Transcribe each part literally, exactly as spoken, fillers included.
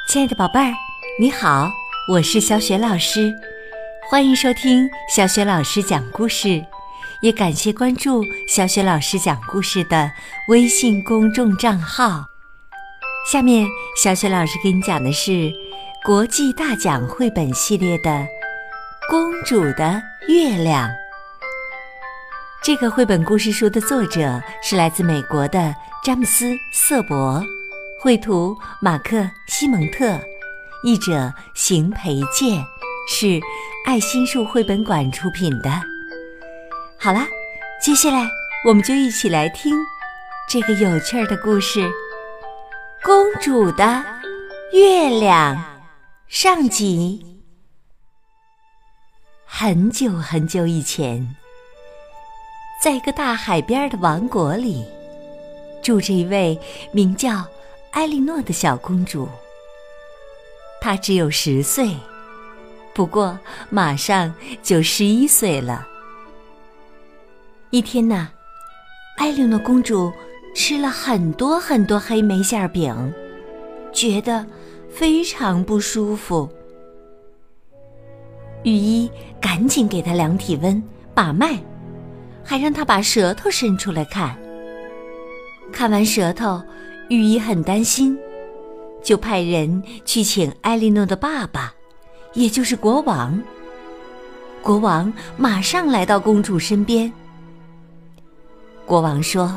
亲爱的宝贝儿，你好，我是小雪老师，欢迎收听小雪老师讲故事，也感谢关注小雪老师讲故事的微信公众账号。下面小雪老师给你讲的是国际大奖绘本系列的《公主的月亮》。这个绘本故事书的作者是来自美国的詹姆斯·瑟伯，绘图马克·西蒙特，译者邢培建，是爱心树绘本馆出品的。好啦，接下来我们就一起来听这个有趣的故事《公主的月亮》上集。很久很久以前，在一个大海边的王国里，住着一位名叫埃莉诺的小公主。她只有十岁，不过马上就十一岁了。一天呢，埃莉诺公主吃了很多很多黑莓馅饼，觉得非常不舒服。御医赶紧给她量体温、把脉，还让她把舌头伸出来看。看完舌头，御医很担心，就派人去请埃莉诺的爸爸，也就是国王。国王马上来到公主身边。国王说：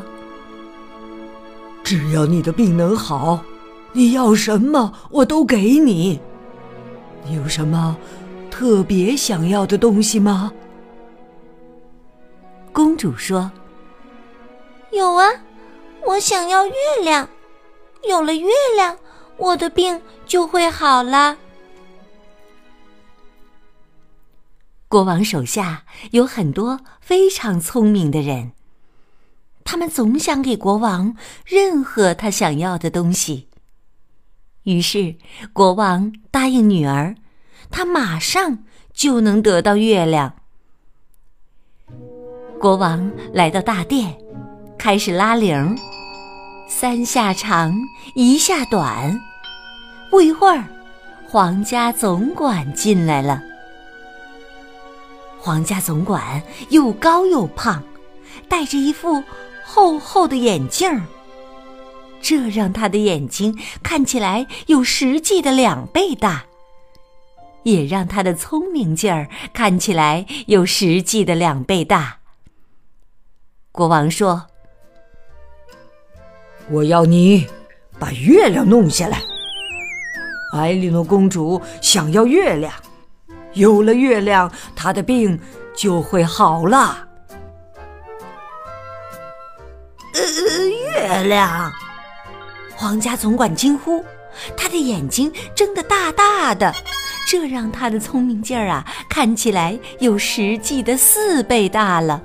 只要你的病能好，你要什么我都给你。你有什么特别想要的东西吗？ 公主说： 有啊，我想要月亮，有了月亮，我的病就会好了。 国王手下有很多非常聪明的人，他们总想给国王任何他想要的东西。于是国王答应女儿，他马上就能得到月亮。国王来到大殿，开始拉铃，三下长，一下短。不一会儿，皇家总管进来了。皇家总管又高又胖，戴着一副厚厚的眼镜，这让他的眼睛看起来有实际的两倍大，也让他的聪明劲儿看起来有实际的两倍大。国王说： 我要你把月亮弄下来。埃莉诺公主想要月亮，有了月亮，她的病就会好了。 呃，月亮！皇家总管惊呼，他的眼睛睁得大大的，这让他的聪明劲儿啊，看起来有实际的四倍大了。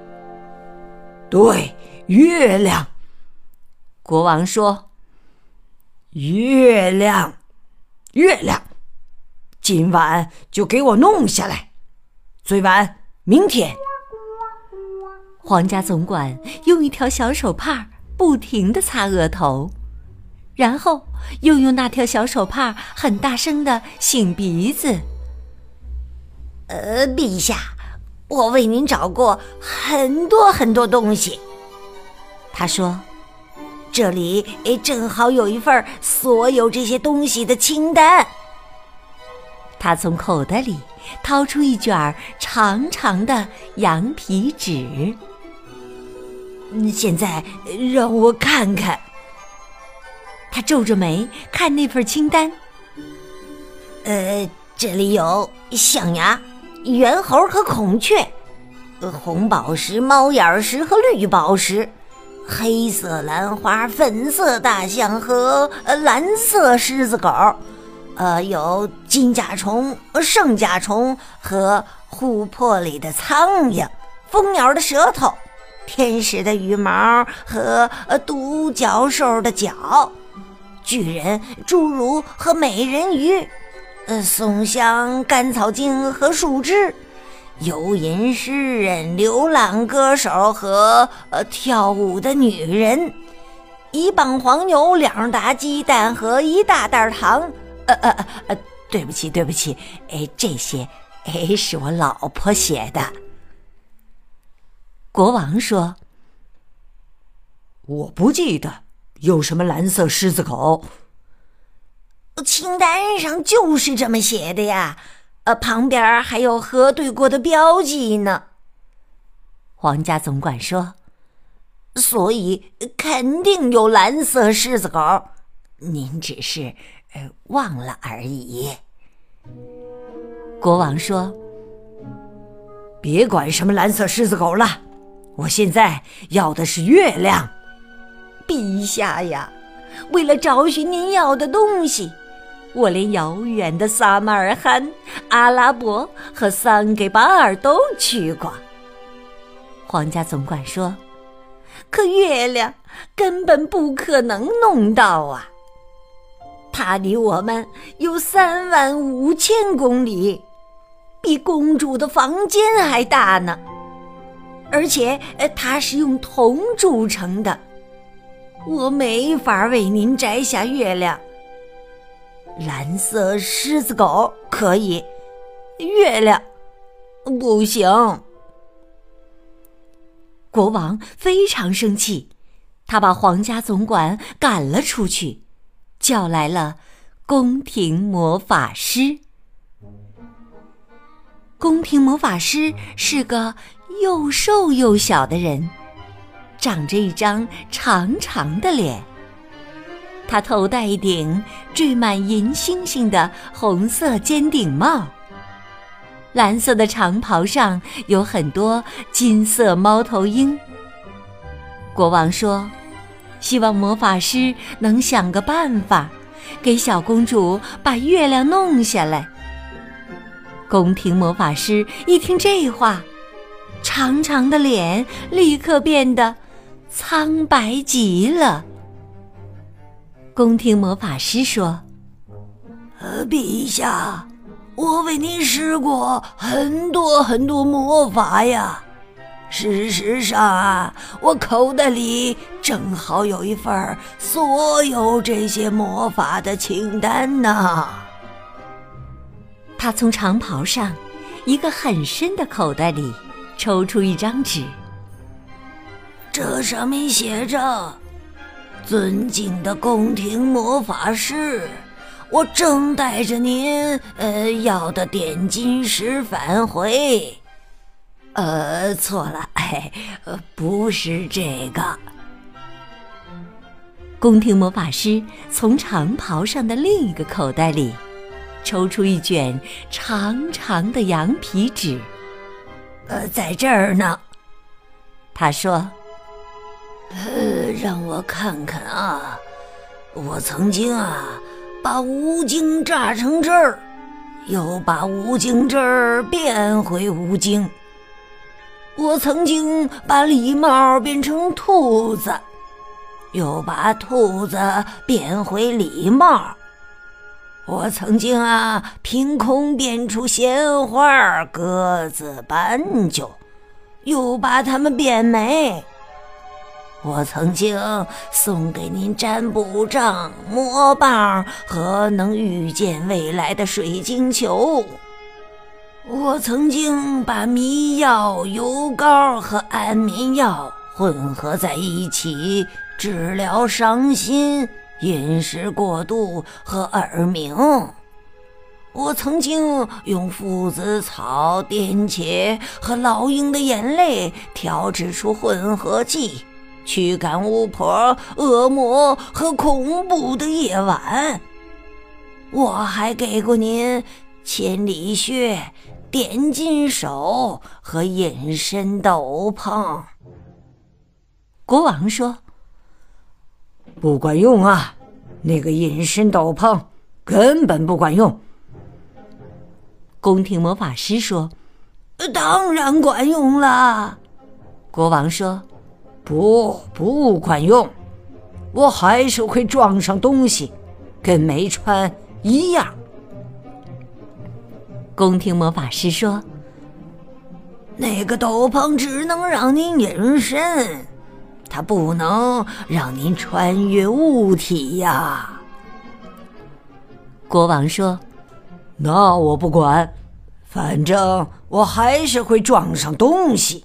对，月亮。 国王说： 月亮，月亮，今晚就给我弄下来，最晚明天。 皇家总管用一条小手帕不停地擦额头，然后又用那条小手帕很大声地擤鼻子。 呃，陛下，我为您找过很多很多东西。 他说： 这里正好有一份所有这些东西的清单。 他从口袋里掏出一卷长长的羊皮纸。 现在让我看看。 他皱着眉看那份清单。 呃，这里有象牙、猿猴和孔雀，红宝石、猫眼石和绿宝石，黑色兰花、粉色大象和蓝色狮子狗，呃，有金甲虫、圣甲虫和琥珀里的苍蝇，蜂鸟的舌头，天使的羽毛和独角兽的角，巨人、侏儒和美人鱼，呃，松香、甘草精和树枝，游吟诗人、流浪歌手和呃跳舞的女人，一磅黄油、两打鸡蛋和一大袋糖， 呃呃呃，对不起对不起，哎，这些哎是我老婆写的。 国王说： 我不记得有什么蓝色狮子狗。 清单上就是这么写的呀，呃，旁边还有核对过的标记呢。 皇家总管说： 所以肯定有蓝色狮子狗，您只是呃忘了而已。 国王说： 别管什么蓝色狮子狗了，我现在要的是月亮。 陛下呀，为了找寻您要的东西，我连遥远的撒马尔罕、阿拉伯和桑给巴尔都去过。 皇家总管说： 可月亮根本不可能弄到啊，它离我们有三万五千公里，比公主的房间还大呢，而且它是用铜铸成的，我没法为您摘下月亮。蓝色狮子狗可以，月亮不行。 国王非常生气，他把皇家总管赶了出去，叫来了宫廷魔法师。宫廷魔法师是个又瘦又小的人，长着一张长长的脸。他头戴一顶缀满银星星的红色尖顶帽，蓝色的长袍上有很多金色猫头鹰。国王说，希望魔法师能想个办法，给小公主把月亮弄下来。宫廷魔法师一听这话，长长的脸立刻变得苍白极了。宫廷魔法师说： 呃，陛下，我为您施过很多很多魔法呀。事实上啊，我口袋里正好有一份所有这些魔法的清单呢。 他从长袍上一个很深的口袋里抽出一张纸， 这上面写着：尊敬的宫廷魔法师，我正带着您呃要的点金石返回。呃，错了，哎，呃，不是这个。 宫廷魔法师从长袍上的另一个口袋里抽出一卷长长的羊皮纸。 呃，在这儿呢。 他说： 呃，让我看看啊，我曾经啊把无精榨成汁儿，又把无精汁儿变回无精。我曾经把狸猫变成兔子，又把兔子变回狸猫。我曾经啊凭空变出鲜花、鸽子、斑鸠，又把它们变没。我曾经送给您占卜杖、魔棒和能预见未来的水晶球。我曾经把迷药、油膏和安眠药混合在一起，治疗伤心、饮食过度和耳鸣。我曾经用附子草、颠茄和老鹰的眼泪调制出混合剂，驱赶巫婆、恶魔和恐怖的夜晚。我还给过您千里靴、点金手和隐身斗篷。 国王说： 不管用啊，那个隐身斗篷根本不管用。 宫廷魔法师说： 当然管用了。 国王说： 不，不管用，我还是会撞上东西，跟没穿一样。 宫廷魔法师说： 那个斗篷只能让您隐身，它不能让您穿越物体呀。 国王说：“ 那我不管，反正我还是会装上东西。”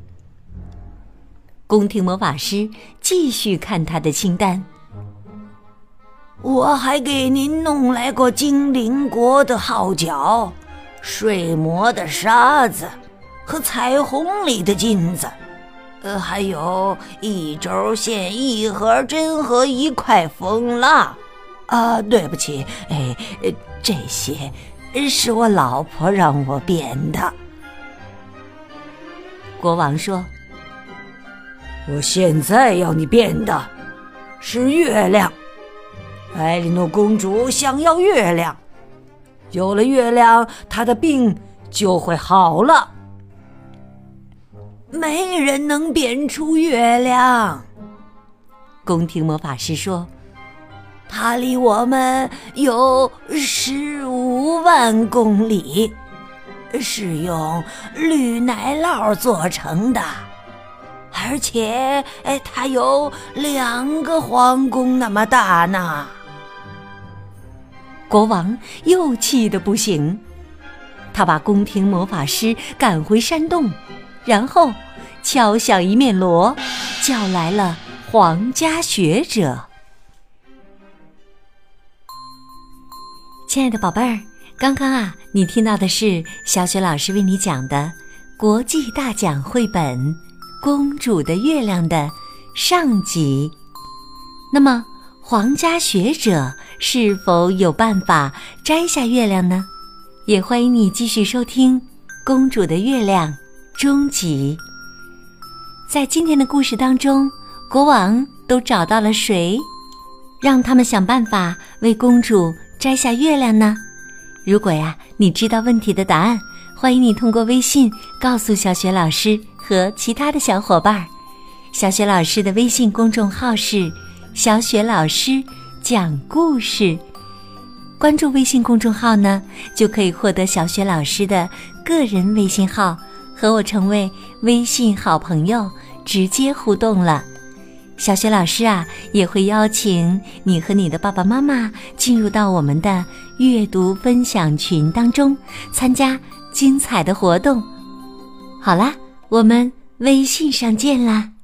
宫廷魔法师继续看他的清单。 我还给您弄来过精灵国的号角、睡魔的沙子和彩虹里的金子，呃，还有一轴线、一盒针和一块蜂蜡。啊，对不起，哎，这些是我老婆让我变的。 国王说：“ 我现在要你变的是月亮。艾莉诺公主想要月亮，有了月亮，她的病就会好了。” 没人能变出月亮， 宫廷魔法师说：“ 它离我们有十五万公里，是用绿奶酪做成的，而且它有两个皇宫那么大呢。” 国王又气得不行，他把宫廷魔法师赶回山洞，然后敲响一面锣，叫来了皇家学者。亲爱的宝贝儿，刚刚啊，你听到的是小雪老师为你讲的国际大奖绘本《公主的月亮》的上集。那么，皇家学者是否有办法摘下月亮呢？也欢迎你继续收听《公主的月亮》终集。在今天的故事当中，国王都找到了谁，让他们想办法为公主摘下月亮呢？如果呀，你知道问题的答案，欢迎你通过微信告诉小雪老师和其他的小伙伴。小雪老师的微信公众号是小雪老师讲故事，关注微信公众号呢，就可以获得小雪老师的个人微信号，和我成为微信好朋友，直接互动了。小雪老师啊，也会邀请你和你的爸爸妈妈进入到我们的阅读分享群当中，参加精彩的活动。好啦，我们微信上见啦！